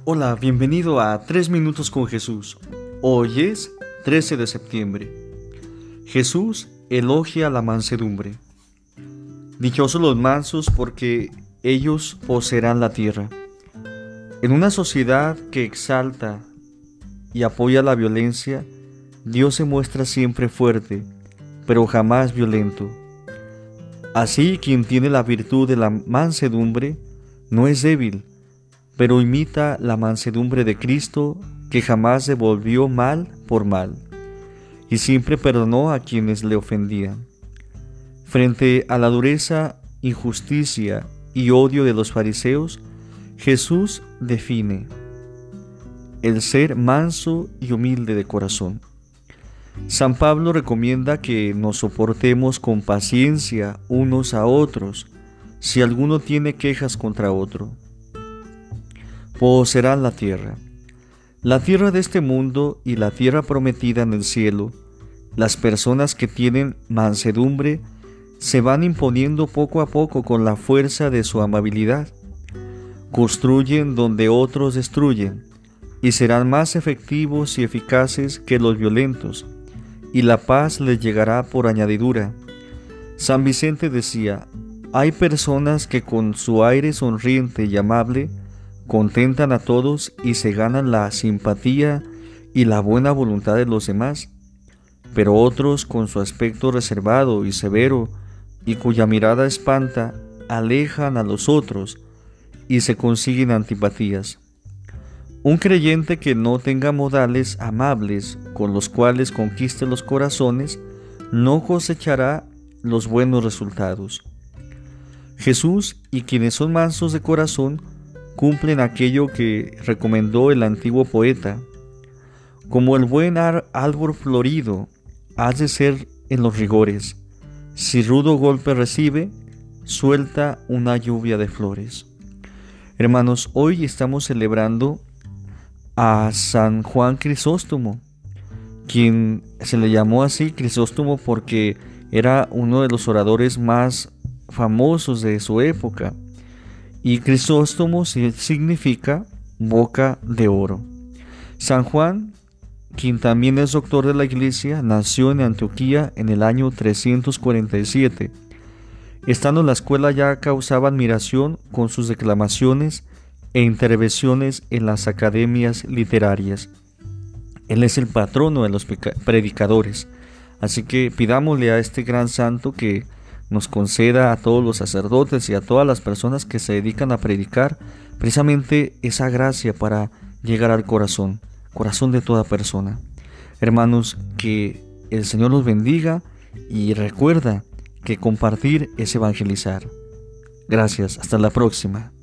Hola, bienvenido a 3 Minutos con Jesús. Hoy es 13 de septiembre. Jesús elogia la mansedumbre. Dichosos los mansos porque ellos poseerán la tierra. En una sociedad que exalta y apoya la violencia, Dios se muestra siempre fuerte, pero jamás violento. Así, quien tiene la virtud de la mansedumbre no es débil, pero imita la mansedumbre de Cristo, que jamás devolvió mal por mal, y siempre perdonó a quienes le ofendían. Frente a la dureza, injusticia y odio de los fariseos, Jesús define el ser manso y humilde de corazón. San Pablo recomienda que nos soportemos con paciencia unos a otros, si alguno tiene quejas contra otro. Poseerán la tierra de este mundo y la tierra prometida en el cielo. Las personas que tienen mansedumbre se van imponiendo poco a poco con la fuerza de su amabilidad. Construyen donde otros destruyen y serán más efectivos y eficaces que los violentos, y la paz les llegará por añadidura. San Vicente decía: hay personas que con su aire sonriente y amable contentan a todos y se ganan la simpatía y la buena voluntad de los demás, pero otros, con su aspecto reservado y severo y cuya mirada espanta, alejan a los otros y se consiguen antipatías. Un creyente que no tenga modales amables con los cuales conquiste los corazones no cosechará los buenos resultados. Jesús y quienes son mansos de corazón cumplen aquello que recomendó el antiguo poeta: como el buen árbol florido, has de ser en los rigores. Si rudo golpe recibe, suelta una lluvia de flores. Hermanos, hoy estamos celebrando a San Juan Crisóstomo, quien se le llamó así Crisóstomo porque era uno de los oradores más famosos de su época. Y Crisóstomo significa boca de oro. San Juan, quien también es doctor de la Iglesia, nació en Antioquía en el año 347. Estando en la escuela ya causaba admiración con sus declamaciones e intervenciones en las academias literarias. Él es el patrono de los predicadores, así que pidámosle a este gran santo que nos conceda a todos los sacerdotes y a todas las personas que se dedican a predicar precisamente esa gracia para llegar al corazón de toda persona. Hermanos, que el Señor los bendiga y recuerda que compartir es evangelizar. Gracias, hasta la próxima.